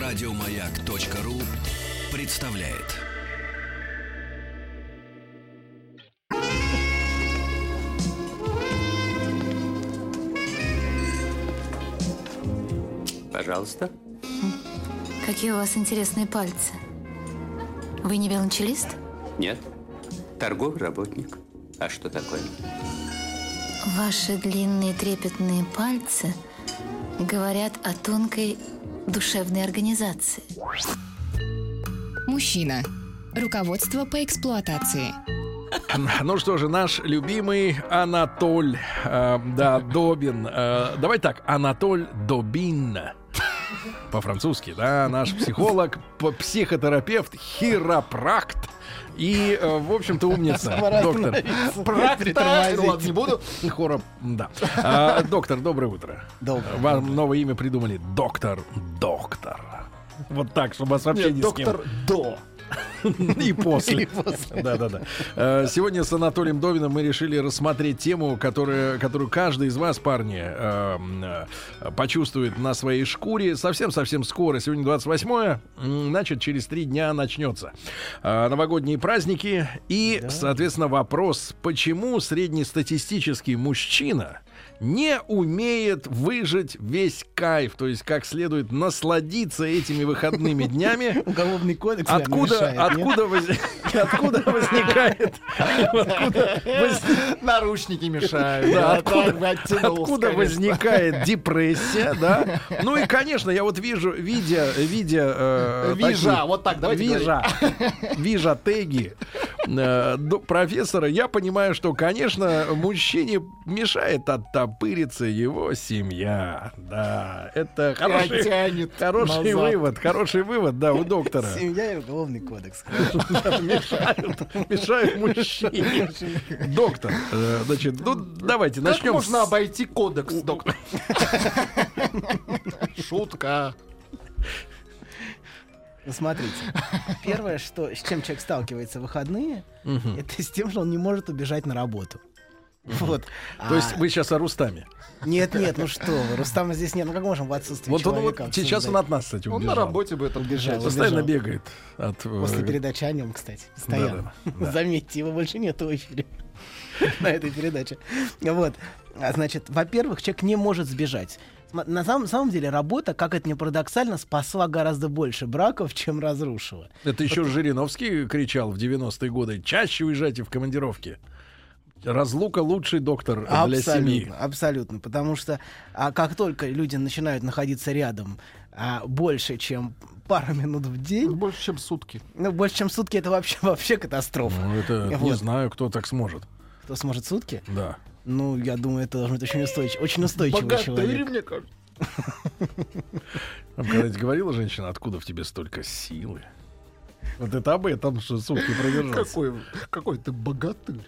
Радиомаяк.ру представляет. Пожалуйста. Какие у вас интересные пальцы. Вы не велончелист? Нет. Торговый работник. А что такое? Ваши длинные трепетные пальцы говорят о тонкой душевной организации. Мужчина. Руководство по эксплуатации. Ну что же, наш любимый Анатоль Добин. Давай так, Анатоль Добин. По-французски, да, наш психолог, психотерапевт, хиропракт и, в общем-то, умница, доктор. Ладно, не буду. Да. Доктор, доброе утро. Доброе. Вам новое имя придумали. Доктор. Вот так, чтобы вас вообще не с кем. Доктор До. И после. Да. Сегодня с Анатолием Добиным мы решили рассмотреть тему, которую каждый из вас, парни, почувствует на своей шкуре совсем скоро. Сегодня 28-е, значит, через 3 дня начнется новогодние праздники. И, соответственно, вопрос, почему среднестатистический мужчина не умеет выжить весь кайф, то есть как следует насладиться этими выходными днями. Уголовный кодекс Откуда возникает... Наручники мешают. Да, откуда возникает депрессия, да? Ну и, конечно, я вот видя... Вот так, давайте Вижа теги профессора, я понимаю, что, конечно, мужчине мешает оттопыриться его семья. Да, это хороший вывод, да, у доктора. Семья и уголовный кодекс. Мешают мужчине. Доктор, значит, ну давайте начнем. Как можно обойти кодекс, доктор? Шутка. Ну, смотрите, первое, с чем человек сталкивается в выходные, это с тем, что он не может убежать на работу. Вот. То есть вы сейчас о Рустаме? Нет, ну что вы, Рустама здесь нет. Ну как можем в отсутствии человека вот сейчас он от нас, кстати, убежал. Он на работе бы это убежал. Постоянно бегает. После передачи о нем, кстати, постоянно. Да. Заметьте, его больше нет в эфире на этой передаче. Вот. Значит, во-первых, человек не может сбежать. На самом деле работа, как это ни парадоксально, спасла гораздо больше браков, чем разрушила. Это еще Жириновский кричал в 90-е годы: чаще уезжайте в командировки. Разлука — лучший доктор для семьи. Абсолютно, потому что как только люди начинают находиться рядом больше, чем пару минут в день... Больше, чем сутки. Ну, больше, чем сутки — это вообще катастрофа. Ну, это не знаю, кто так сможет. Кто сможет сутки? Да. Ну, я думаю, это должен быть очень устойчивый человек. Мне кажется. Когда-нибудь говорила женщина, откуда в тебе столько силы? Вот это об этом, что сутки продержался. Какой ты богатырь.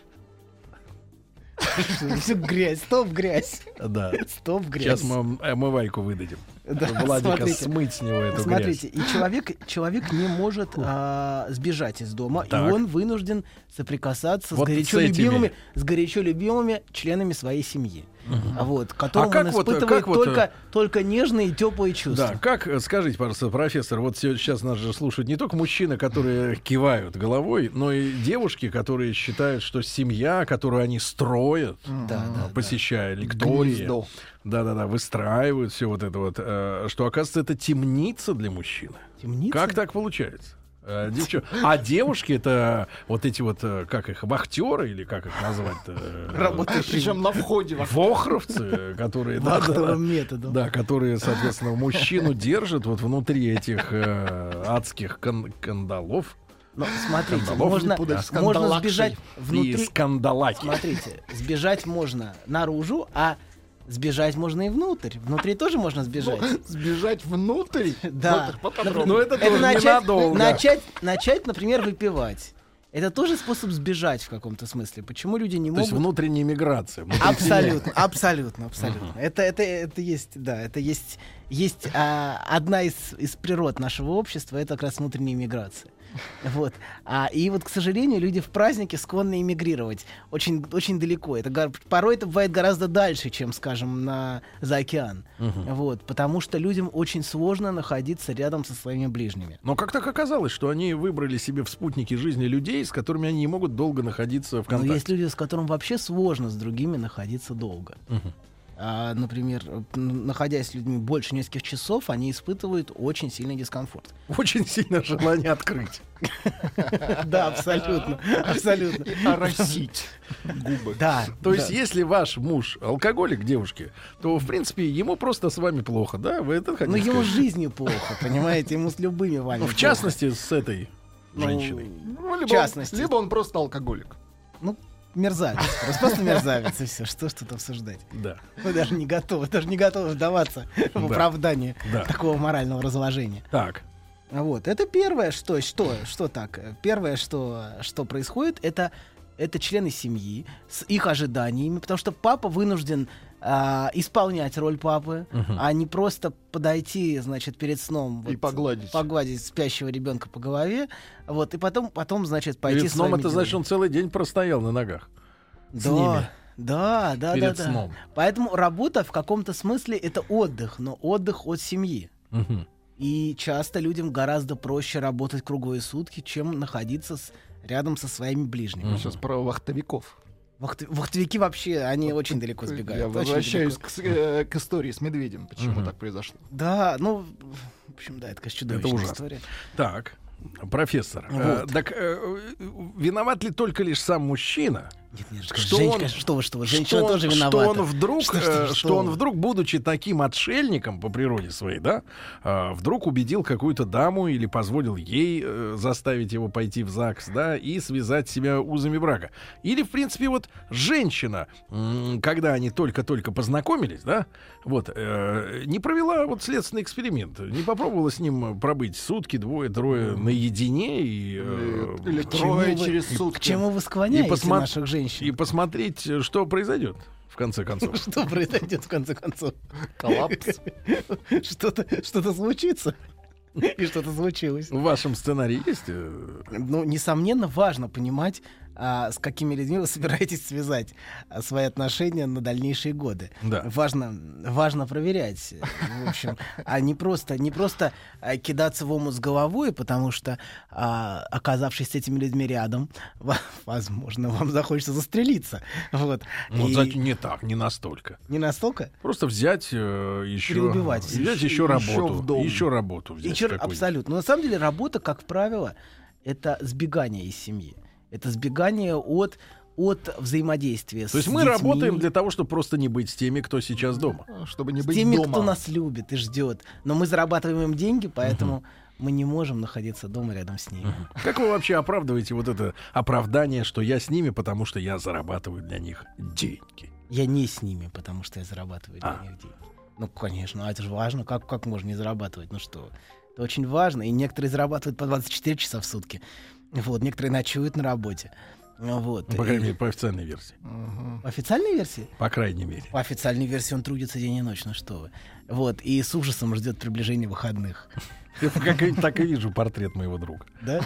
Всю грязь, стоп грязь. Да. Стоп грязь. Сейчас мы омывайку выдадим. Да, Владика смыть с него эту грязь. И человек не может сбежать из дома, Так. и он вынужден соприкасаться Вот с горячо любимыми членами своей семьи. Вот, которым он испытывает только нежные и теплые чувства. Да, как, скажите, пожалуйста, профессор, вот сейчас нас же слушают не только мужчины, которые кивают головой, но и девушки, которые считают, что семья, которую они строят, посещая лектории, выстраивают все вот это вот, что, оказывается, это темница для мужчины. Темница? Как так получается? А девушки — это вот эти вот, как их, вахтеры, или как их назвать-то? Работающие причем на входе. Вохровцы, которые... Вахтовым методом. Да, которые, соответственно, мужчину держат вот внутри этих адских кандалов. Но смотрите, можно сбежать внутри. И скандалаки. Смотрите, сбежать можно наружу, а сбежать можно и внутрь. Внутри тоже можно сбежать. Сбежать внутрь? Да. Но это тоже ненадолго. Начать, например, выпивать. Это тоже способ сбежать в каком-то смысле. Почему люди не могут... То есть внутренняя миграция. Абсолютно. Это есть, да, это есть одна из природ нашего общества, это как раз внутренняя миграция. Вот. И вот, к сожалению, люди в празднике склонны эмигрировать очень, очень далеко. Порой это бывает гораздо дальше, чем, скажем, за океан. Вот. Потому что людям очень сложно находиться рядом со своими ближними. Но как так оказалось, что они выбрали себе в спутнике жизни людей, с которыми они не могут долго находиться в контакте? Но есть люди, с которыми вообще сложно с другими находиться долго. Например, находясь с людьми больше нескольких часов, они испытывают очень сильный дискомфорт. Очень сильное желание открыть. Да, абсолютно. Абсолютно. И оросить губы. Да. То есть, если ваш муж алкоголик, девушки, то, в принципе, ему просто с вами плохо, да? Вы это хотите Но ему с сказать? жизнью плохо, понимаете? Ему с любыми вами Ну, в плохо. частности, с этой женщиной. Ну, В частности. либо он просто алкоголик. Ну, мерзавец. Просто мерзавец, и все. Что ж тут обсуждать? Да. Мы даже не готовы вдаваться в оправдание Да. такого морального разложения. Так. Вот. Это первое, что так. Первое, что происходит, это члены семьи с их ожиданиями, потому что папа вынужден исполнять роль папы, а не просто подойти, значит, перед сном И погладить спящего ребенка по голове, вот, и потом, значит, пойти Перед сном своими это значит, делами. он целый день простоял на ногах. С Да. ними. Да. Перед сном. Поэтому работа в каком-то смысле это отдых, но отдых от семьи. Мгм. И часто людям гораздо проще работать круглые сутки, чем находиться рядом со своими ближними. Сейчас про вахтовиков. Вахтовики вообще, они очень далеко сбегают. Я очень возвращаюсь далеко. к истории с медведем. Почему так произошло? Да, ну, в общем, да, это, конечно, чудовищная ужасно. история. Так, профессор, Вот. виноват ли только лишь сам мужчина? Нет, Что Женечка, он- что вы, женщина тоже Что виновата. он вдруг, Что он вы? вдруг, будучи таким отшельником по природе своей, да, вдруг убедил какую-то даму или позволил ей заставить его пойти в ЗАГС, да, и связать себя узами брака. Или, в принципе, вот женщина, когда они только-только познакомились, да, вот, не провела вот следственный эксперимент, не попробовала с ним пробыть сутки, двое, трое наедине и... Или К чему трое вы- через К сутки. чему вы склоняете посмо- наших женщин? и посмотреть, что произойдет в конце концов. Что произойдет в конце концов? Коллапс. Что-то случится. И что-то случилось. В вашем сценарии есть? Ну, несомненно, важно понимать, с какими людьми вы собираетесь связать свои отношения на дальнейшие годы. Да. Важно проверять, в общем, а не просто кидаться в омут с головой, потому что, оказавшись с этими людьми рядом, возможно, вам захочется застрелиться. Вот. Ну, И не так, не настолько. не настолько? Просто взять еще... Переубивать. Взять Еще еще в работу. дом. Еще работу взять. какую-нибудь. Абсолютно. Но на самом деле работа, как правило, это сбегание из семьи. Это сбегание от взаимодействия с То есть мы детьми, работаем для того, чтобы просто не быть с теми, кто сейчас дома. Чтобы не с быть теми, дома. кто нас любит и ждет. Но мы зарабатываем им деньги, поэтому мы не можем находиться дома рядом с ними. Как вы вообще оправдываете вот это оправдание, что я с ними, потому что я зарабатываю для них деньги? Я не с ними, потому что я зарабатываю для них деньги. Ну, конечно, это же важно. Как можно не зарабатывать? Ну что, это очень важно. И некоторые зарабатывают по 24 часа в сутки. Вот, некоторые ночуют на работе. Вот. Ну, по крайней мере, по официальной версии. По официальной версии? По крайней мере. По официальной версии он трудится день и ночь, ну что вы. Вот, и с ужасом ждет приближения выходных. Я так и вижу портрет моего друга. Да?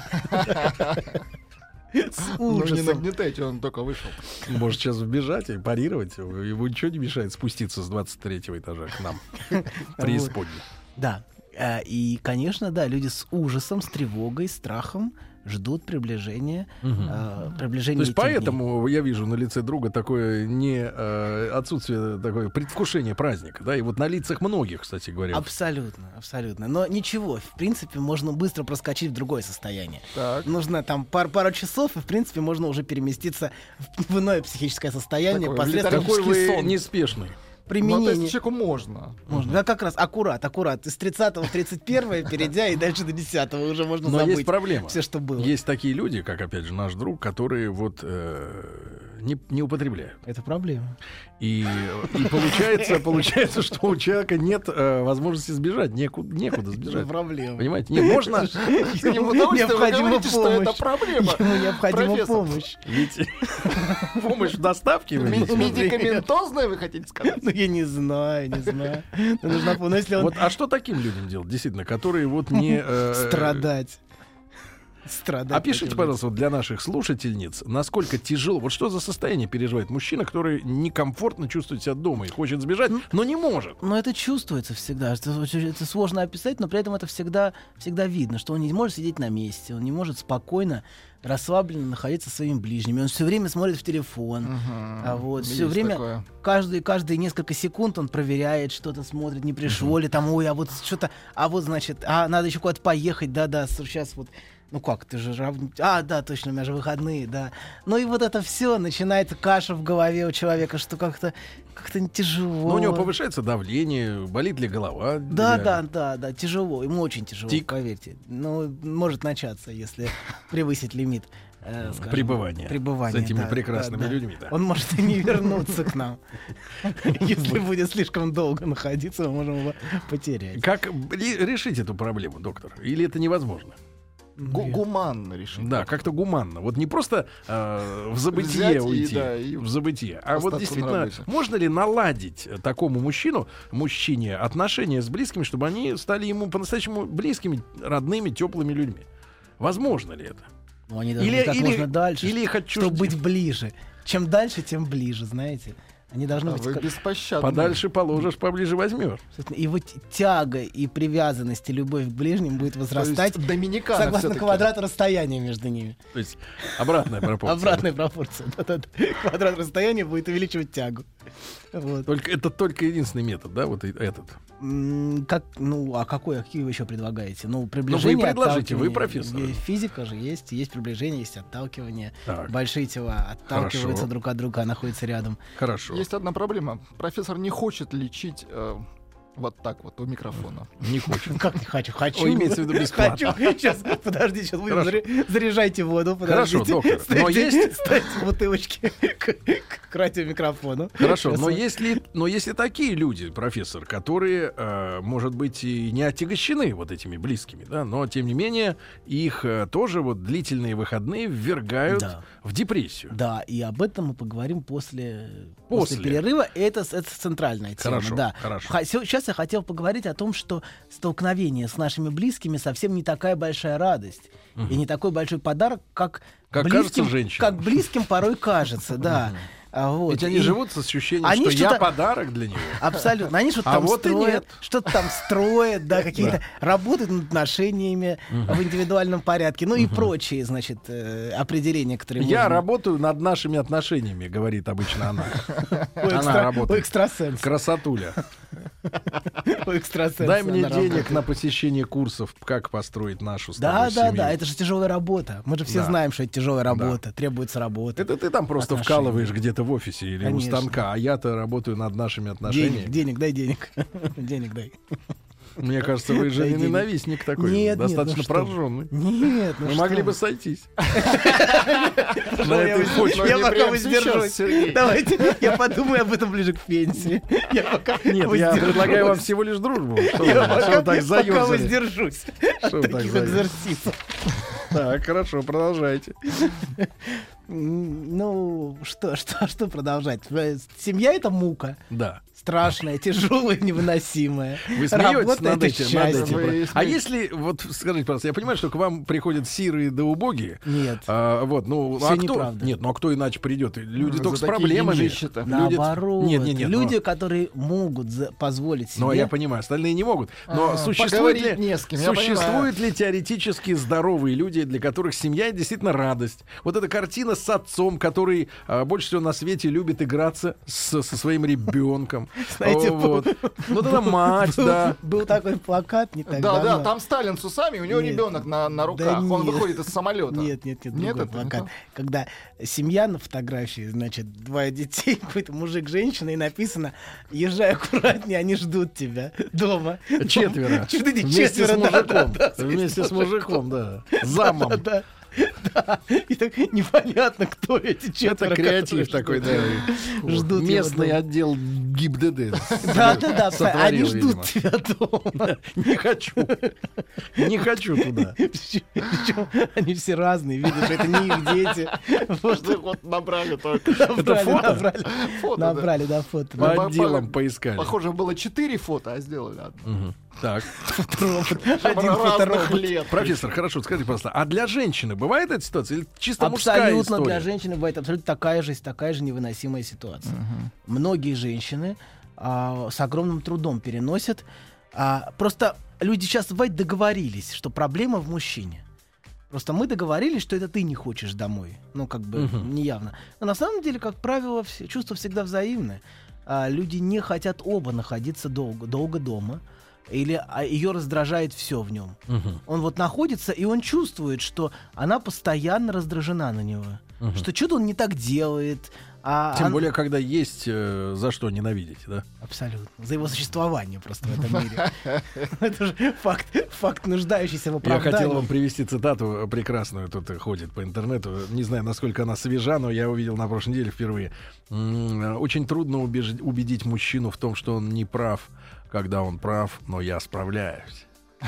С Ну, не ужасом. нагнетайте, он только вышел. Может сейчас вбежать и парировать. Ему ничего не мешает спуститься с 23-го этажа к нам. Преисподней. Да. И, конечно, да, люди с ужасом, с тревогой, страхом ждут приближения. То есть поэтому я вижу на лице друга такое отсутствие, такое предвкушение праздника, да, и вот на лицах многих, кстати говоря. Абсолютно. Но ничего, в принципе, можно быстро проскочить в другое состояние. Так. Нужно там пару часов, и, в принципе, можно уже переместиться в иное психическое состояние Такой посредством Какой вы сон. неспешный. Ну, то применения. есть человеку можно. Можно. Да, как раз аккурат. Из 30 в 31 перейдя и дальше до 10 уже можно Но забыть есть проблема. все, что было. Есть такие люди, как, опять же, наш друг, которые вот не употребляют. Это проблема. И получается, что у человека нет возможности сбежать, некуда сбежать. Это проблема. Понимаете? Не, можно... С каким удовольствием вы говорите, что это проблема. Ему необходима Профессор. помощь. Ведь помощь в доставке, вы имеете в виду? Медикаментозная, вы хотите сказать? Ну, я не знаю. Но нужна помощь, если он Вот, а что таким людям делать, действительно, которые вот не... страдать. страдать. Опишите, пожалуйста, вот для наших слушательниц, насколько тяжело, вот что за состояние переживает мужчина, который некомфортно чувствует себя дома и хочет сбежать, но не может. Но это чувствуется всегда. Это сложно описать, но при этом это всегда видно, что он не может сидеть на месте, он не может спокойно, расслабленно находиться со своими ближними. Он все время смотрит в телефон. Все время, каждые несколько секунд он проверяет, что-то смотрит, не пришло ли там, ой, а вот что-то, значит, надо еще куда-то поехать, да, сейчас вот. Ну как, ты же да, точно, у меня же выходные, да. Ну и вот это все, начинается каша в голове у человека, что как-то тяжело. Но у него повышается давление, болит ли голова? Да, тяжело, ему очень тяжело, поверьте. Ну, может начаться, если превысить лимит. Пребывания с этими прекрасными людьми. Да. Он может и не вернуться к нам. Если будет слишком долго находиться, мы можем его потерять. Как решить эту проблему, доктор? Или это невозможно? Гуманно решить. Да, как-то гуманно. Вот не просто в забытие уйти, в забытие, а вот действительно, можно ли наладить такому мужчине отношения с близкими, чтобы они стали ему по-настоящему близкими, родными, теплыми людьми? Возможно ли это? Ну, они должны быть как можно дальше, чтобы быть ближе. Чем дальше, тем ближе, знаете. Они должны быть беспощадны. Подальше положишь, поближе возьмешь. И вот тяга и привязанность и любовь к ближним будет возрастать согласно квадрату расстояния между ними. То есть обратная пропорция. Обратная пропорция. Квадрат расстояния будет увеличивать тягу. Вот. Это только единственный метод, да, вот этот? Какие вы еще предлагаете? Приближение, вы предложите, вы профессор. Физика же есть приближение, есть отталкивание. Так. Большие тела отталкиваются друг от друга, находятся рядом. Хорошо. Есть одна проблема. Профессор не хочет лечить вот так вот у микрофона. Не хочет. Как не хочу? Хочу. Имеется в виду бесплатно. Хочу. Сейчас, подожди, сейчас заряжайте воду. Хорошо, доктор. Но есть... Ставьте бутылочки к радиомикрофону. Хорошо, но если такие люди, профессор, которые, может быть, и не отягощены вот этими близкими, да, но, тем не менее, их тоже вот длительные выходные ввергают в депрессию. Да, и об этом мы поговорим после перерыва. Это центральная тема. Хорошо. Сейчас я хотел поговорить о том, что столкновение с нашими близкими совсем не такая большая радость и не такой большой подарок, как близким порой кажется, да. Ведь они живут с ощущением, что я подарок для него. Абсолютно. Они что-то там строят, да, какие-то работают над отношениями в индивидуальном порядке, и прочие, значит, определения, которые я работаю над нашими отношениями, говорит обычно она. Она работает. У экстрасенса. Красотуля. У экстрасенса. Дай мне денег на посещение курсов, как построить нашу с тобой семью. Да, это же тяжелая работа. Мы же все знаем, что это тяжелая работа, требуется работа. Это ты там просто вкалываешь где-то в офисе или у станка, а я-то работаю над нашими отношениями. Денег, дай денег. Денег дай. Мне кажется, вы же ненавистник такой, достаточно прожженный. Нет, мы могли бы сойтись. Я пока воздержусь. Давайте, я подумаю об этом ближе к пенсии. Нет, я предлагаю вам всего лишь дружбу. Что так заёрзали? Пока воздержусь от таких экзорсисов. Так, хорошо, продолжайте. Что продолжать? Семья — это мука. Да. Страшная, тяжелая, невыносимая. Вы смеетесь над этим. А если, вот скажите, пожалуйста, я понимаю, что к вам приходят сирые да убогие. Нет. Все неправда. Нет, а кто иначе придет? Люди только с проблемами. Наоборот. Нет. Люди, которые могут позволить себе. Ну, я понимаю, остальные не могут. Но существуют ли теоретически здоровые люди, для которых семья действительно радость? Вот эта картина с отцом, который больше всего на свете любит играться со своим ребенком. Знаете, тогда мать, да. Был такой плакат не так давно. Да, там Сталин с усами, у него ребенок на руках, он выходит из самолета. Нет, другой плакат. Когда семья на фотографии, значит, 2 детей, какой-то мужик, женщина, и написано: езжай аккуратнее, они ждут тебя дома. 4. Вместе с мужиком. Вместе с мужиком, да. Замом. Да, и так непонятно, кто эти 4. Это креатив такой, да. Ждут местный отдел ГИБДД. Да, они ждут тебя дома. Не хочу туда. Причем они все разные, видишь, это не их дети. Вот набрали только. Это фото? Набрали, да, фото. По отделам поискали. Похоже, было 4 фото, а сделали одно. Так. Один фоторобот. лет. Профессор, хорошо, скажите, пожалуйста, а для женщины бывает эта ситуация или чисто мужская Абсолютно история? для женщины бывает абсолютно такая же невыносимая ситуация. Многие женщины с огромным трудом переносят. Просто люди сейчас бывает договорились, что проблема в мужчине. Просто мы договорились, что это ты не хочешь домой. Ну, как бы неявно. Но на самом деле, как правило, чувства всегда взаимны. Люди не хотят оба находиться долго дома. Или ее раздражает все в нем. Он вот находится, и он чувствует, что она постоянно раздражена на него. Что что-то он не так делает. Тем более, когда есть за что ненавидеть, да? Абсолютно. За его существование просто в этом мире. Это же факт, нуждающийся в оправдании. Я хотел вам привести цитату прекрасную, тут ходит по интернету. Не знаю, насколько она свежа, но я увидел на прошлой неделе впервые. Очень трудно убедить мужчину в том, что он не прав, когда он прав, но я справляюсь.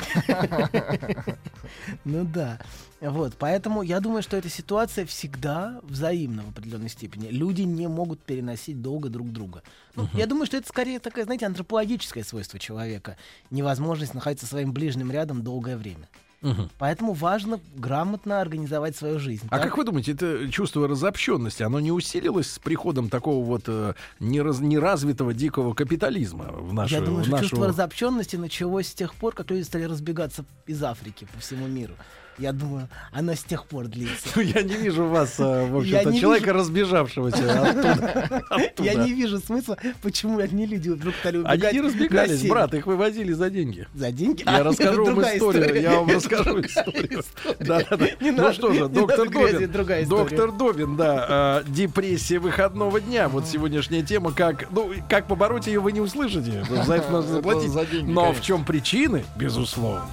Ну да. Вот, поэтому я думаю, что эта ситуация всегда взаимна в определенной степени. Люди не могут переносить долго друг друга. Ну, я думаю, что это скорее такое, знаете, антропологическое свойство человека. Невозможность находиться со своим ближним рядом долгое время. Поэтому важно грамотно организовать свою жизнь. А как вы думаете, это чувство разобщенности, оно не усилилось с приходом такого вот неразвитого дикого капитализма в нашу... Я думаю, что чувство разобщенности началось с тех пор, как люди стали разбегаться из Африки по всему миру. Я думаю, оно с тех пор длится. Я не вижу вас, в общем-то, человека, разбежавшегося оттуда. Я не вижу смысла, почему одни люди вдруг стали убегать. Они не разбегались, брат, их вывозили за деньги. За деньги? Я расскажу вам историю. Я вам расскажу историю. Ну что же, доктор Добин, да, депрессия выходного дня. Вот сегодняшняя тема, как побороть ее, вы не услышите. За это нужно заплатить. Но в чем причины, безусловно.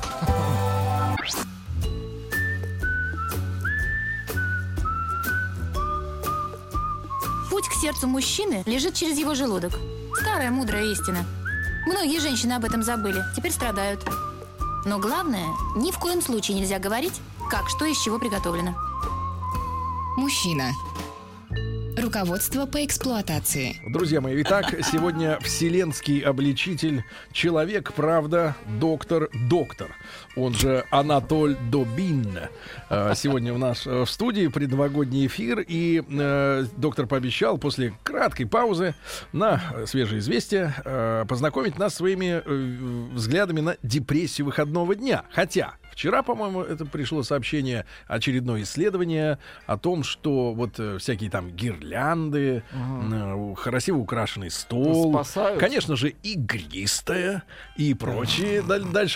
Путь к сердцу мужчины лежит через его желудок. Старая мудрая истина. Многие женщины об этом забыли, теперь страдают. Но главное, ни в коем случае нельзя говорить, как, что, из чего приготовлено. Мужчина. Руководство по эксплуатации. Друзья мои, итак, сегодня вселенский обличитель, человек, правда, доктор, он же Анатоль Добин. Сегодня у нас в студии предновогодний эфир, и доктор пообещал после краткой паузы на свежие известия познакомить нас своими взглядами на депрессию выходного дня. Хотя вчера, по-моему, это пришло сообщение, очередное исследование о том, что вот всякие там гирлянды, красиво украшенный стол, спасают. Конечно же, игристое и прочие дальше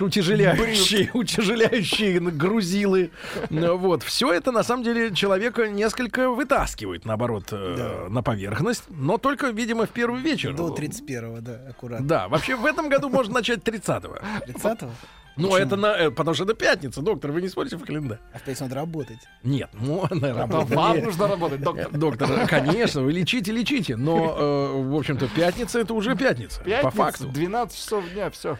утяжеляющие грузилы. Вот. Все это, на самом деле, человека несколько вытаскивает, наоборот, на поверхность, но только, видимо, в первый вечер. До 31-го, да, аккуратно. Да, вообще в этом году можно начать 30-го. 30-го? Ну, это потому что это пятница, доктор, вы не смотрите в календарь. А в пятницу надо работать. Нет, можно работать. Вам нужно работать, доктор. Доктор, конечно, вы лечите, но, в общем-то, пятница — это уже пятница, по факту. 12 часов дня, все.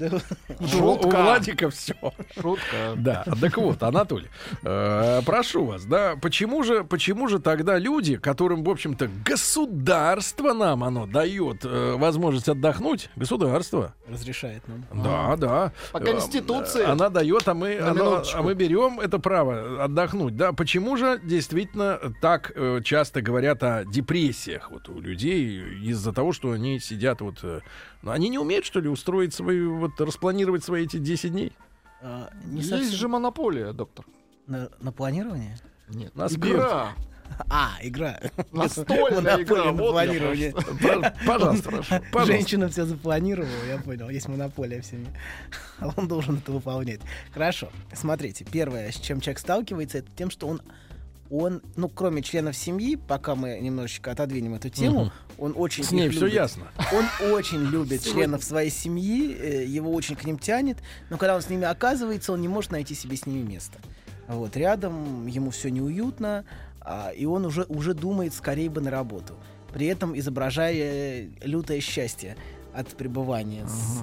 У Владика все. Шутка. Да, так вот, Анатолий, прошу вас, да, почему же тогда люди, которым, в общем-то, государство нам оно дает возможность отдохнуть, государство Разрешает нам. Да. По Конституции. Она дает, а мы берем это право отдохнуть. Да, почему же действительно так часто говорят о депрессиях вот у людей из-за того, что они сидят вот... Они не умеют, что ли, устроить распланировать свои эти 10 дней? Есть же монополия, доктор. На планирование? Нет, игра. Игра. Настольная игра. Планирование. Пожалуйста. Женщина все запланировала, я понял. Есть монополия в семье. Он должен это выполнять. Хорошо. Смотрите, первое, с чем человек сталкивается, это тем, что он, кроме членов семьи, пока мы немножечко отодвинем эту тему, он очень с ней все ясно. Он очень любит членов своей семьи, его очень к ним тянет, но когда он с ними оказывается, он не может найти себе с ними место. Вот, рядом ему все неуютно, и он уже думает скорее бы на работу, при этом изображая лютое счастье от пребывания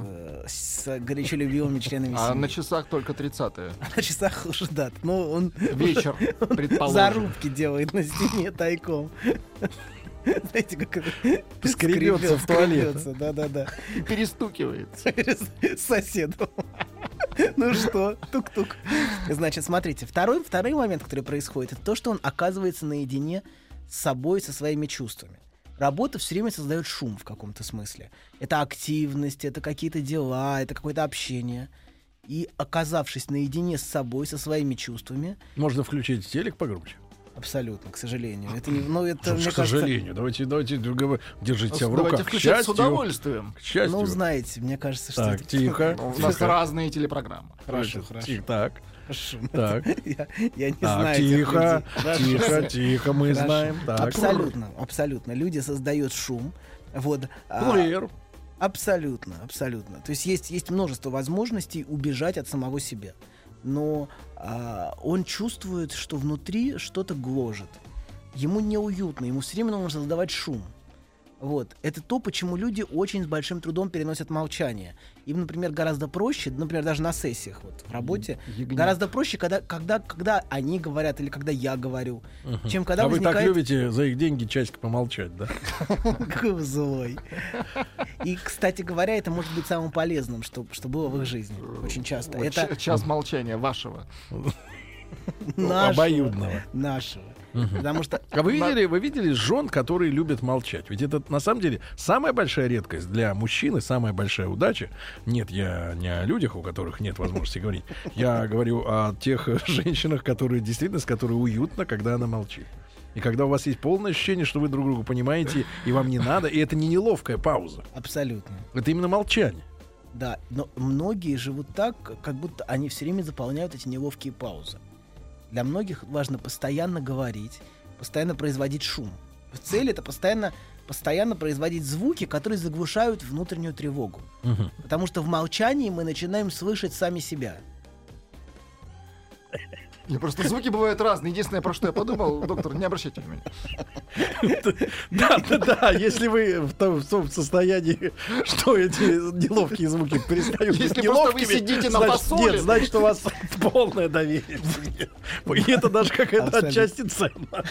с горячо любимыми членами семьи. А на часах только 30-е. На часах уже, да. Но он вечер, предположим. Зарубки делает на стене тайком. Знаете, как это? Скребется в туалет. Да-да-да. Перестукивается. С соседом. Ну что, тук-тук. Значит, смотрите, второй момент, который происходит, это то, что он оказывается наедине с собой, со своими чувствами. Работа все время создает шум в каком-то смысле. Это активность, это какие-то дела, это какое-то общение. И оказавшись наедине с собой, со своими чувствами... Можно включить телек погромче. Абсолютно, к сожалению. Это не, ну, это, мне к кажется, сожалению. Давайте держите себя в Давайте руках. К включать с счастью. удовольствием. К счастью. ну, знаете, мне кажется, что Так, это... тихо. У нас разные телепрограммы. Хорошо, хорошо. Тихо, так. Хорошо. Так. Я не Так, знаю этих тихо, людей. тихо, тихо, мы Хорошо. знаем. Так. Абсолютно, абсолютно. Люди создают шум. Вот. Плеер. Абсолютно, абсолютно. То есть есть множество возможностей убежать от самого себя. Но он чувствует, что внутри что-то гложет. Ему неуютно, ему все время нужно создавать шум. Вот. Это то, почему люди очень с большим трудом переносят молчание. Им, например, гораздо проще, например, даже на сессиях вот, в работе, гораздо проще, когда они говорят или когда я говорю, чем когда возникает... Вы так любите за их деньги часик помолчать, да? Какой вы злой. И, кстати говоря, это может быть самым полезным, что было в их жизни. Очень часто. Вот Это час молчания вашего. Обоюдного. Нашего. Потому что... А вы видели жен, которые любят молчать? Ведь это, на самом деле, самая большая редкость для мужчины, самая большая удача. Нет, я не о людях, у которых нет возможности говорить. Я говорю о тех женщинах, которые действительно, с которой уютно, когда она молчит. И когда у вас есть полное ощущение, что вы друг друга понимаете, и вам не надо, и это не неловкая пауза. Абсолютно. Это именно молчание. Да, но многие живут так, как будто они все время заполняют эти неловкие паузы. Для многих важно постоянно говорить, постоянно производить шум. Цель — это постоянно производить звуки, которые заглушают внутреннюю тревогу. Потому что в молчании мы начинаем слышать сами себя. Просто звуки бывают разные. Единственное, про что я подумал, доктор, не обращайте внимания. Да, если вы в том состоянии, что эти неловкие звуки перестают быть Если просто вы неловкими, сидите на фасоле. Нет, значит, у вас полное доверие. И это даже какая-то отчасти ценно.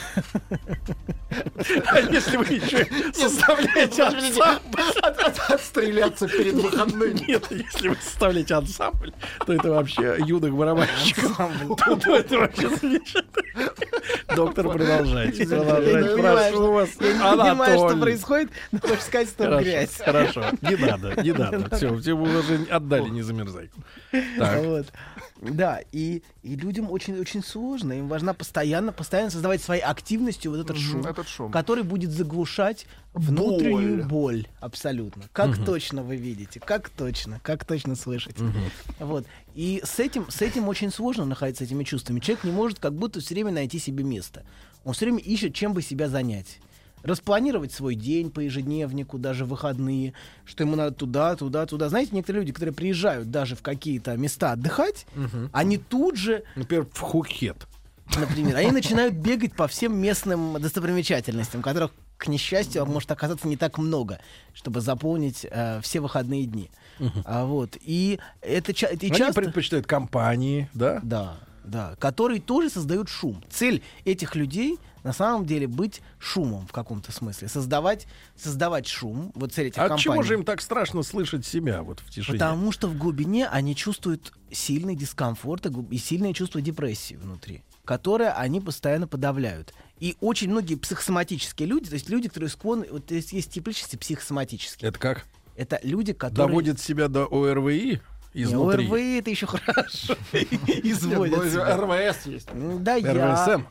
А если вы еще составляете ансамбль... Отстреляться перед выходными. Нет, если вы составляете ансамбль, то это вообще юных барабанщиков. Это вообще замечательно. Доктор, продолжайте. Прошу вас. Я не понимаю, что Анатолий. происходит, но хочешь сказать, что грязь. Хорошо, не надо. Все, вы уже отдали, не замерзай. Так. Вот. Да, и людям очень сложно. Им важно постоянно создавать своей активностью вот этот шум, который будет заглушать внутреннюю боль. Абсолютно. Как точно вы видите, как точно слышите. Вот. И с этим очень сложно находиться, с этими чувствами. Человек не может как будто все время найти себе место. Он все время ищет, чем бы себя занять. Распланировать свой день по ежедневнику, даже в выходные, что ему надо туда. Знаете, некоторые люди, которые приезжают даже в какие-то места отдыхать, они тут же... Например, в Пхукет. Например, они начинают бегать по всем местным достопримечательностям, которых, к несчастью, может оказаться не так много, чтобы заполнить все выходные дни. Вот. И это часто... Они предпочитают компании, да? Да, которые тоже создают шум. Цель этих людей на самом деле быть шумом в каком-то смысле. Создавать шум. Вот цель этих компаний. А чего же им так страшно слышать себя вот в тишине? Потому что в глубине они чувствуют сильный дискомфорт и сильное чувство депрессии внутри, которое они постоянно подавляют. И очень многие психосоматические люди, то есть люди, которые склонны... Вот есть тип личности психосоматические. Это как? Это люди, которые... Доводят себя до ОРВИ? Изнутри. ОРВИ это еще хорошо. Изводят себя. РВС есть. Да, РВСМ.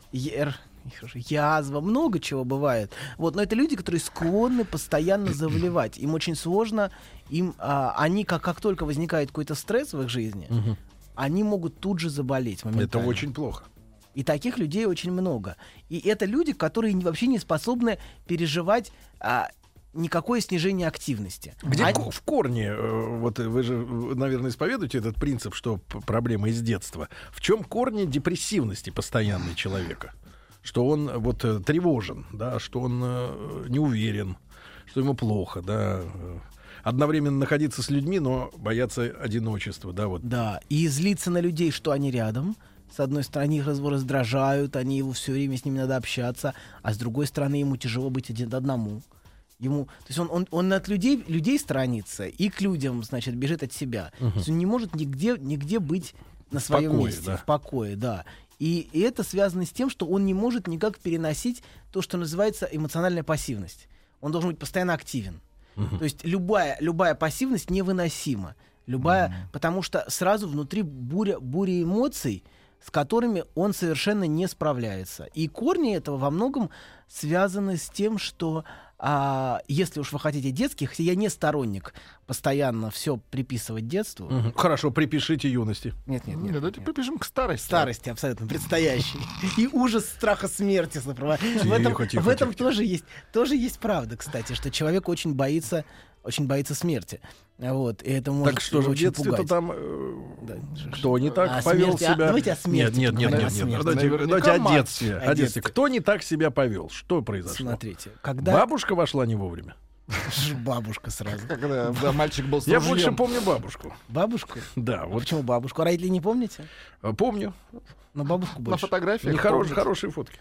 Язва, много чего бывает. Вот, но это люди, которые склонны постоянно заболевать. Им очень сложно. Они, как только возникает какой-то стресс в их жизни, они могут тут же заболеть моментально. Это очень плохо. И таких людей очень много. И это люди, которые вообще не способны переживать никакое снижение активности. Где в корне, вот вы же, наверное, исповедуете этот принцип, что проблема из детства. В чем корни депрессивности постоянной человека? Что он вот тревожен, да, что он не уверен, что ему плохо, да, одновременно находиться с людьми, но бояться одиночества, да, вот. Да, и злиться на людей, что они рядом, С одной стороны, их его раздражают, они его все время, с ними надо общаться, а с другой стороны, ему тяжело быть одному. То есть он от людей сторонится и к людям, значит, бежит от себя. То есть он не может нигде быть на своем месте, в покое, да. И это связано с тем, что он не может никак переносить то, что называется эмоциональная пассивность. Он должен быть постоянно активен. То есть любая пассивность невыносима. Потому что сразу внутри буря эмоций, с которыми он совершенно не справляется. И корни этого во многом связаны с тем, что если уж вы хотите детских, хотя я не сторонник постоянно все приписывать детству. Хорошо, припишите юности. Нет. Давайте припишем к старости. Старости, абсолютно, предстоящей. И ужас страха смерти сопровождает. В этом тоже есть правда, кстати, что человек очень боится смерти. Вот, и это может так что же в детстве-то там кто не так повел себя? Давайте о смерти. Нет. Давайте о детстве. Кто не так себя повел? Что произошло? Смотрите, бабушка вошла не вовремя. Бабушка сразу. Когда мальчик был с Я ружьем. больше помню бабушку. Бабушку? Да. Вот. Почему бабушку? А родителей не помните? Помню. Но бабушку больше. На фотографиях. Хорошие фотки.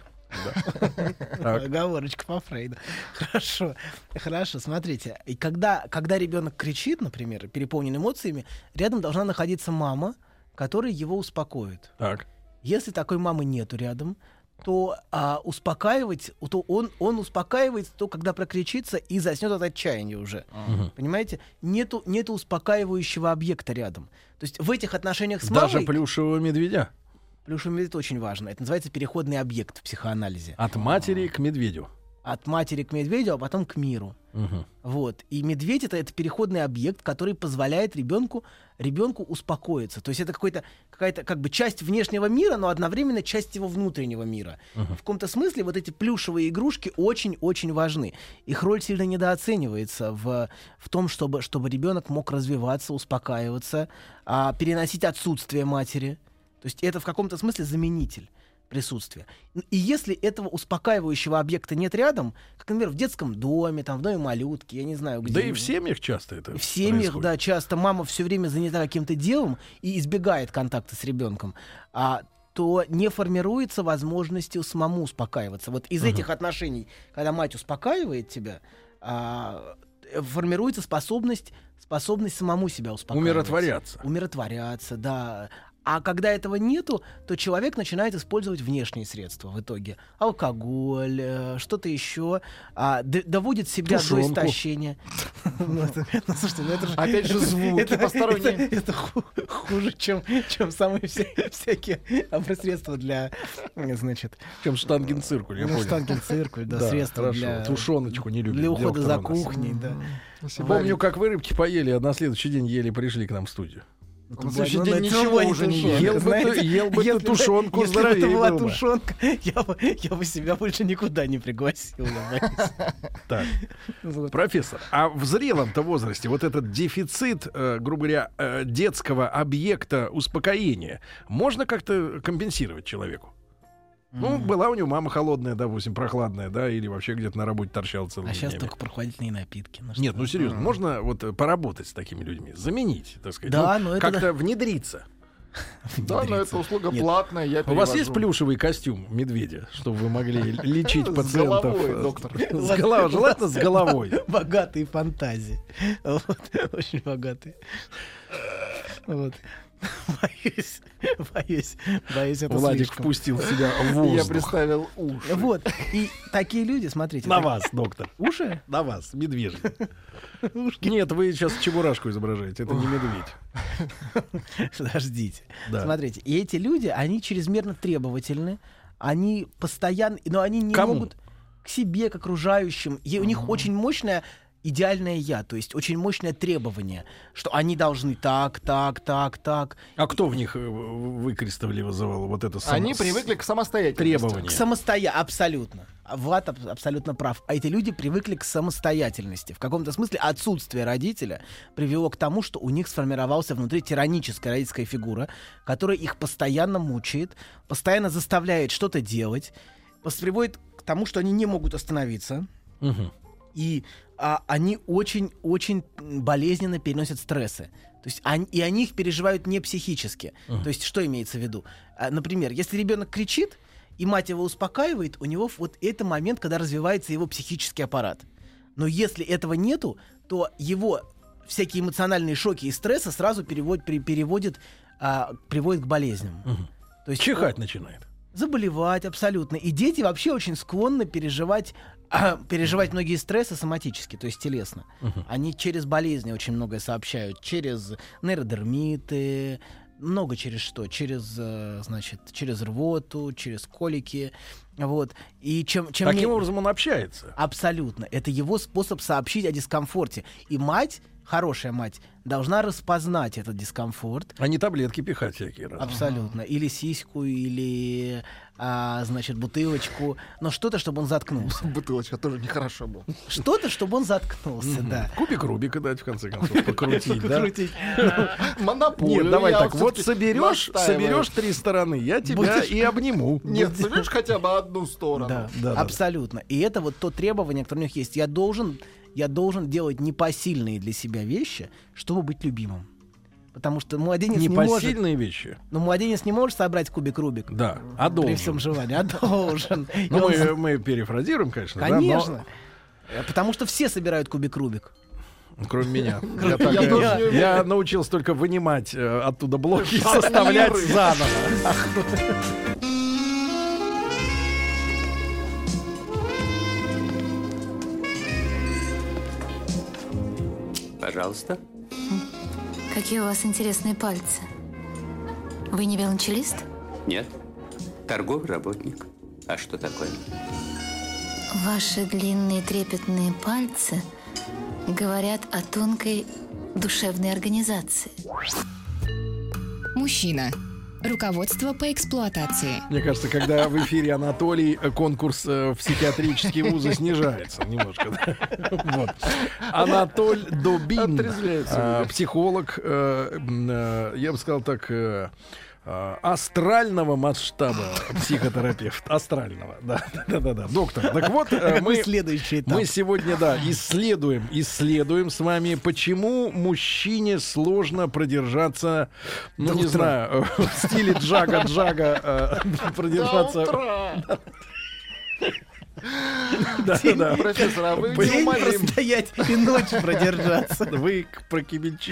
Оговорочка по Фрейду. Хорошо, смотрите. И когда ребенок кричит, например, переполнен эмоциями, рядом должна находиться мама, которая его успокоит. Так. Если такой мамы нету рядом, то он успокаивается, когда прокричится и заснет от отчаяния уже. Понимаете? Нету успокаивающего объекта рядом. То есть в этих отношениях с мамой... Даже плюшевого медведя? Плюшевый медведь очень важно. Это называется переходный объект в психоанализе. От матери к медведю. От матери к медведю, а потом к миру. Вот. И медведь — это переходный объект, который позволяет ребенку успокоиться. То есть это какая-то как бы часть внешнего мира, но одновременно часть его внутреннего мира. В каком-то смысле вот эти плюшевые игрушки очень-очень важны. Их роль сильно недооценивается в том, чтобы ребенок мог развиваться, успокаиваться, переносить отсутствие матери. То есть это в каком-то смысле заменитель присутствия. И если этого успокаивающего объекта нет рядом, как, например, в детском доме, в доме малютки, я не знаю, где... Да и в семьях часто это в семьях, да, часто мама все время занята каким-то делом и избегает контакта с ребенком, то не формируется возможности самому успокаиваться. Вот из этих отношений, когда мать успокаивает тебя, формируется способность самому себя успокаивать. Умиротворяться, да. А когда этого нету, то человек начинает использовать внешние средства в итоге. Алкоголь, что-то еще, доводит себя до истощения. Опять же звуки посторонние. Это хуже, чем самые всякие средства для, значит... Чем штангенциркуль, я понял. Штангенциркуль, да, средства для... Тушеночку не любят. Для ухода за кухней, да. Помню, как вы рыбки поели, а на следующий день еле пришли к нам в студию. На следующий день ничего уже не ел. Ел бы ты тушенку, здоровее была было бы. Тушенка, я бы себя больше никуда не пригласил. Так, профессор, а в зрелом-то возрасте вот этот дефицит, грубо говоря, детского объекта успокоения можно как-то компенсировать человеку? Ну, была у него мама холодная, допустим, прохладная, да, или вообще где-то на работе торчала целыми днями. А сейчас только прохладительные напитки. Нет, ну серьезно, можно вот поработать с такими людьми, заменить, так сказать, да, но как-то внедриться. Да, но эта услуга платная, я перевожу. У вас есть плюшевый костюм медведя, чтобы вы могли лечить пациентов? С головой, доктор. Желательно с головой. Богатые фантазии. Очень богатые. Вот. Боюсь, это Владик слишком. впустил в себя воздух. Я представил уши. Вот, и такие люди, смотрите. На вас, доктор. Уши? На вас, медвежий. Нет, вы сейчас чебурашку изображаете, это не медведь. Подождите. Смотрите, и эти люди, они чрезмерно требовательны, они постоянно, но они не могут к себе, к окружающим, и у них очень мощная идеальное я, то есть очень мощное требование, что они должны так. А кто в них выкрестовали, вызывал вот это Они привыкли к самостоятельности. Требования. Абсолютно. Влад абсолютно прав. А эти люди привыкли к самостоятельности. В каком-то смысле отсутствие родителя привело к тому, что у них сформировался внутри тираническая родительская фигура, которая их постоянно мучает, постоянно заставляет что-то делать, приводит к тому, что они не могут остановиться. И они очень-очень болезненно переносят стрессы. То есть они их переживают не психически. То есть что имеется в виду? Например, если ребенок кричит, и мать его успокаивает, у него вот это момент, когда развивается его психический аппарат. Но если этого нету, то его всякие эмоциональные шоки и стрессы сразу приводят к болезням. То есть Чихать начинает. Заболевать абсолютно. И дети вообще очень склонны переживать многие стрессы соматически, то есть телесно. Они через болезни очень многое сообщают. Через нейродермиты, много через что? Через рвоту, через колики. Вот. И Таким образом он общается. Абсолютно. Это его способ сообщить о дискомфорте. И мать, хорошая мать, должна распознать этот дискомфорт. А не таблетки пихать всякие разные. Абсолютно. Или сиську, или бутылочку. Но что-то, чтобы он заткнулся. Бутылочка тоже нехорошо была. Что-то, чтобы он заткнулся, да. Кубик Рубика дать, в конце концов, покрутить, да? Монополию. Нет, давай я так, вот всё-таки соберешь 3 стороны, я тебя и обниму. Нет, соберешь хотя бы одну сторону. Да, абсолютно. И это вот то требование, которое у них есть. Я должен делать непосильные для себя вещи, чтобы быть любимым. Потому что младенец не может... Непосильные вещи. Но младенец не может собрать кубик Рубик. Да, а должен. При всем желании. А должен. Ну, мы перефразируем, конечно. Конечно. Потому что все собирают кубик Рубик. Кроме меня. Я научился только вынимать оттуда блоки и составлять заново. Пожалуйста. Какие у вас интересные пальцы. Вы не велончелист? Нет. Торговый работник. А что такое? Ваши длинные трепетные пальцы говорят о тонкой душевной организации. Мужчина. Руководство по эксплуатации. Мне кажется, когда в эфире Анатолий, конкурс в психиатрические вузы снижается немножко. Да? Вот. Анатоль Добин, психолог, я бы сказал так, астрального масштаба психотерапевт. Астрального, да. Доктор, так вот, мы сегодня, исследуем с вами, почему мужчине сложно продержаться, не знаю, в стиле Джага, продержаться... Да. Профессор, а вы день простоять и ночь продержаться. Вы про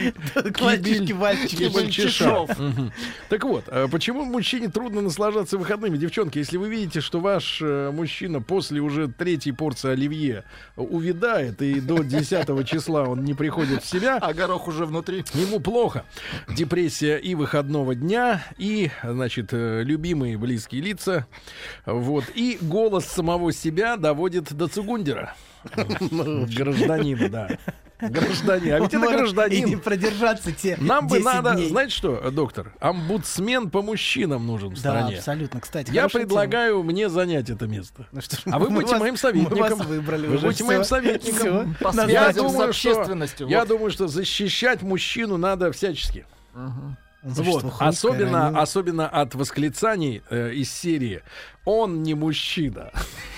Кибальчишов. Так вот, почему мужчине трудно наслаждаться выходными? Девчонки, если вы видите, что ваш мужчина после уже 3-й порции оливье увядает, и до 10 числа он не приходит в себя, а горох уже внутри, ему плохо. Депрессия и выходного дня, и, любимые близкие лица, вот, и голос самого себя доводит до Цугундера. Гражданина, да. Гражданин. А ведь это гражданин. И не продержаться те 10 Нам бы надо, дней. знаете что, доктор, омбудсмен по мужчинам нужен в стране. Да, абсолютно. Кстати, я предлагаю мне занять это место. Ну, что ж, а вы будете моим советником. Мы вас выбрали вы уже. будете моим советником. По связям с общественностью. Я думаю, что защищать мужчину надо всячески. Вот. Особенно от восклицаний из серии «Он не мужчина».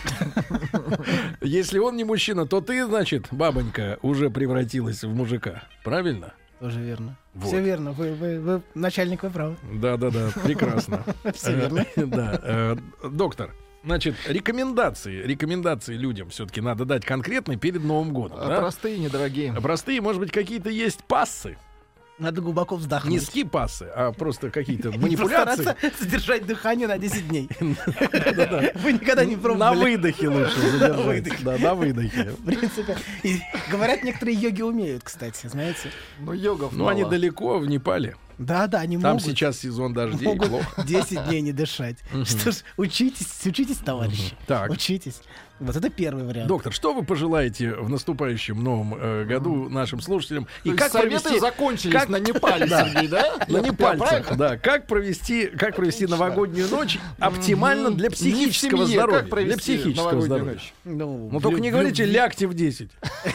Если он не мужчина, то ты, значит, бабонька, уже превратилась в мужика. Правильно? Тоже верно. Вот. Все верно. Вы начальник, вы правы. Да, прекрасно. Все верно. Да. Доктор, значит, рекомендации людям все-таки надо дать конкретные перед Новым годом. Простые, недорогие. Простые, может быть, какие-то есть пассы. Надо глубоко вздохнуть. Не ски-пассы, а просто какие-то манипуляции. Постараться задержать дыхание на 10 дней. Вы никогда не пробовали. На выдохе лучше задержать. Да, на выдохе. В принципе. Говорят, некоторые йоги умеют, кстати, знаете. Но йогов Ну, они далеко, в Непале. Да, они Там могут. сейчас сезон дождей, Могут плохо. 10 дней не дышать. Что ж, учитесь, товарищи. Так. Учитесь. Вот это первый вариант. Доктор, что вы пожелаете в наступающем новом году нашим слушателям? И как советы закончились на Непале, Сергей, да? На Непальцах, да. Как провести новогоднюю ночь оптимально для психического здоровья? Для психического здоровья. Ну, только не говорите, лягте в 10.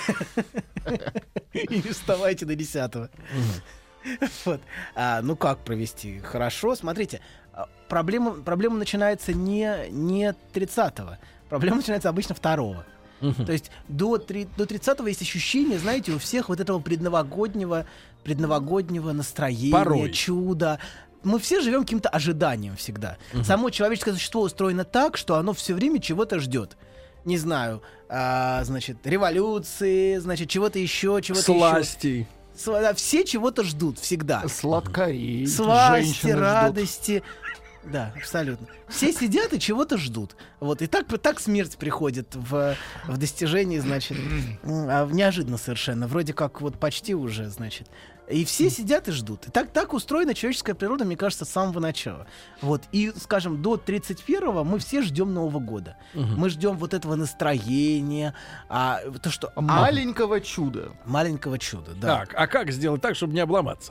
И не вставайте до 10-го. Вот. Ну как провести? Хорошо, смотрите, проблема начинается не 30-го, проблема начинается обычно 2-го. То есть до 30-го есть ощущение, знаете, у всех вот этого предновогоднего настроения, Порой. чуда. Мы все живем каким-то ожиданием всегда. Само человеческое существо устроено так, что оно все время чего-то ждет. Не знаю, значит, революции, значит, чего-то еще, чего-то Сластей. еще. Все чего-то ждут всегда. Сладкорей. Сласти, женщины ждут. радости. Да, абсолютно. Все сидят и чего-то ждут. Вот. И так смерть приходит в достижении, значит, неожиданно совершенно. Вроде как вот почти уже, значит. И все сидят и ждут. И так устроена человеческая природа, мне кажется, с самого начала. Вот. И, скажем, до 31-го мы все ждем Нового года. Мы ждем вот этого настроения, то, что... Маленького чуда. Маленького чуда, да. Так, а как сделать так, чтобы не обломаться?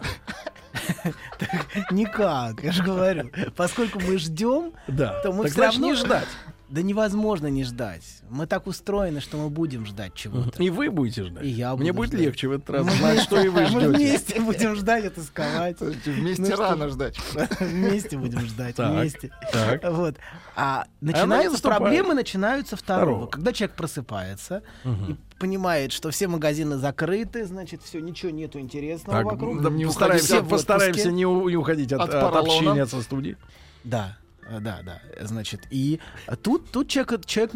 Никак, я же говорю. Поскольку мы ждем, Да. то мы Так все значит, равно не ждать. Да невозможно не ждать. Мы так устроены, что мы будем ждать чего-то. И вы будете ждать. И я Мне буду будет ждать. легче в этот раз знать, что и вы Мы ждете. вместе будем ждать, отысковать. Вместе Ну что? рано ждать. Вместе будем ждать, Так, вместе. так. Вот. не Начинаются наступает. проблемы, начинаются Второго. второго. Когда человек просыпается и понимает, что все магазины закрыты, значит, все, ничего нету интересного Так, вокруг. да, Не постараемся, уходить в постараемся отпуске. не уходить от поролона. общения со студией. Да, значит, и тут человек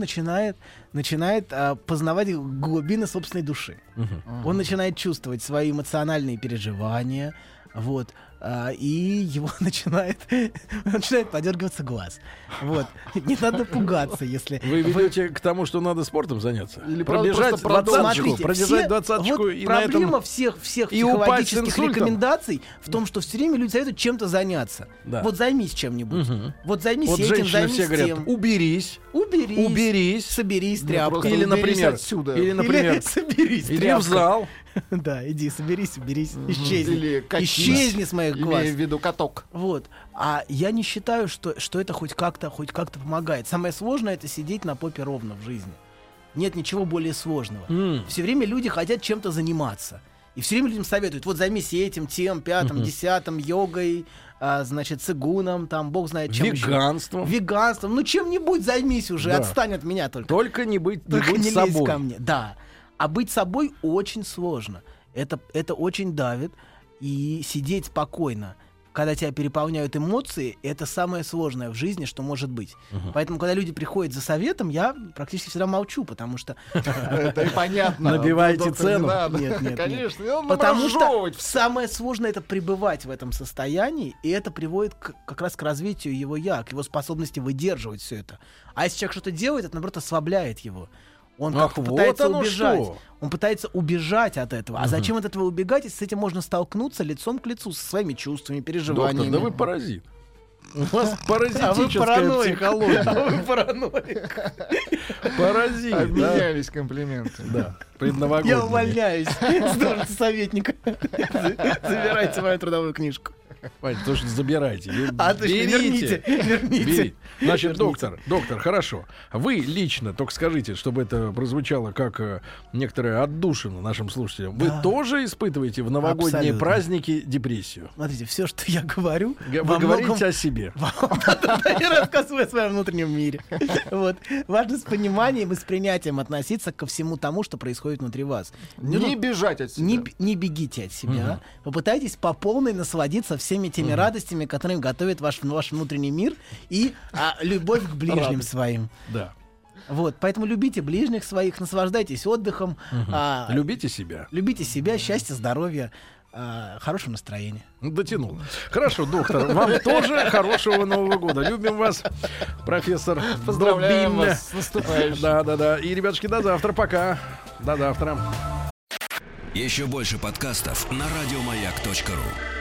начинает познавать глубины собственной души. Он начинает чувствовать свои эмоциональные переживания, вот, и его начинает подергиваться глаз. Вот. Не надо пугаться, если... Вы ведете к тому, что надо спортом заняться? Или правда пробежать просто продолжить? двадцаточку, пробежать двадцаточку вот и на этом... проблема всех и упасть с психологических инсультом. рекомендаций в том, что все время люди советуют чем-то заняться. Да. Вот займись чем-нибудь. Вот займись Вот этим, женщины займись все говорят, тем. уберись, Уберись, соберись просто тряпкой. или, уберись например, отсюда. или, например, Или соберись иди в тряпкой. зал. Да, иди, соберись, уберись, исчезни. Или катись. Исчезни с моих глаз. Имея в виду каток. Вот. А я не считаю, что это хоть как-то помогает. Самое сложное — это сидеть на попе ровно в жизни. Нет ничего более сложного. Все время люди хотят чем-то заниматься. И все время людям советуют: вот займись этим, тем, пятым, десятым, йогой, значит, цигуном, там, бог знает чем еще. Веганством. Ну, чем-нибудь займись уже, Да. отстань от меня только. Только не будь Только не лезь собой. ко мне. Да. А быть собой очень сложно. Это очень давит. И сидеть спокойно, когда тебя переполняют эмоции, это самое сложное в жизни, что может быть. Поэтому, когда люди приходят за советом, я практически всегда молчу, потому что... Это и понятно. Набивайте Доктор, цену. не надо. Нет. Конечно. И он Потому что разжевывать всё. самое сложное — это пребывать в этом состоянии, и это приводит как раз к развитию его «я», к его способности выдерживать все это. А если человек что-то делает, это, наоборот, ослабляет его. Он Ах, как-то вот пытается оно убежать. что. Он пытается убежать от этого. А зачем от этого убегать, если с этим можно столкнуться лицом к лицу, со своими чувствами, Доктор, переживаниями? да вы паразит. У вас А вы паразитическая параноик. психология. А вы параноик. Паразит, да. Обменялись комплиментами. Да, предновогодний. Я увольняюсь с должности советника. Забирайте мою трудовую книжку. Понимаете, то, что забирайте. Точно, верните. Берите. Значит, доктор, хорошо. Вы лично, только скажите, чтобы это прозвучало как некоторая отдушина нашим слушателям. Вы тоже испытываете в новогодние Абсолютно. праздники депрессию? Смотрите, все, что я говорю, Вы во говорите многом- о себе. Я рассказываю о своем внутреннем мире. Вот. Важно с пониманием и с принятием относиться ко всему тому, что происходит внутри вас. Не бежать от себя. Не бегите от себя. Попытайтесь по полной насладиться всеми теми радостями, которые готовит ваш внутренний мир, и любовь к ближним своим. Да. Вот. Поэтому любите ближних своих, наслаждайтесь отдыхом, Любите себя. любите себя, счастья, здоровья, хорошего настроения. Дотянул. Хорошо, доктор, вам тоже хорошего Нового года. Любим вас, профессор. Поздравляем Добин. вас с наступающим. Да. И, ребятушки, до завтра. Пока. До завтра. Еще больше подкастов на радиомаяк.ру.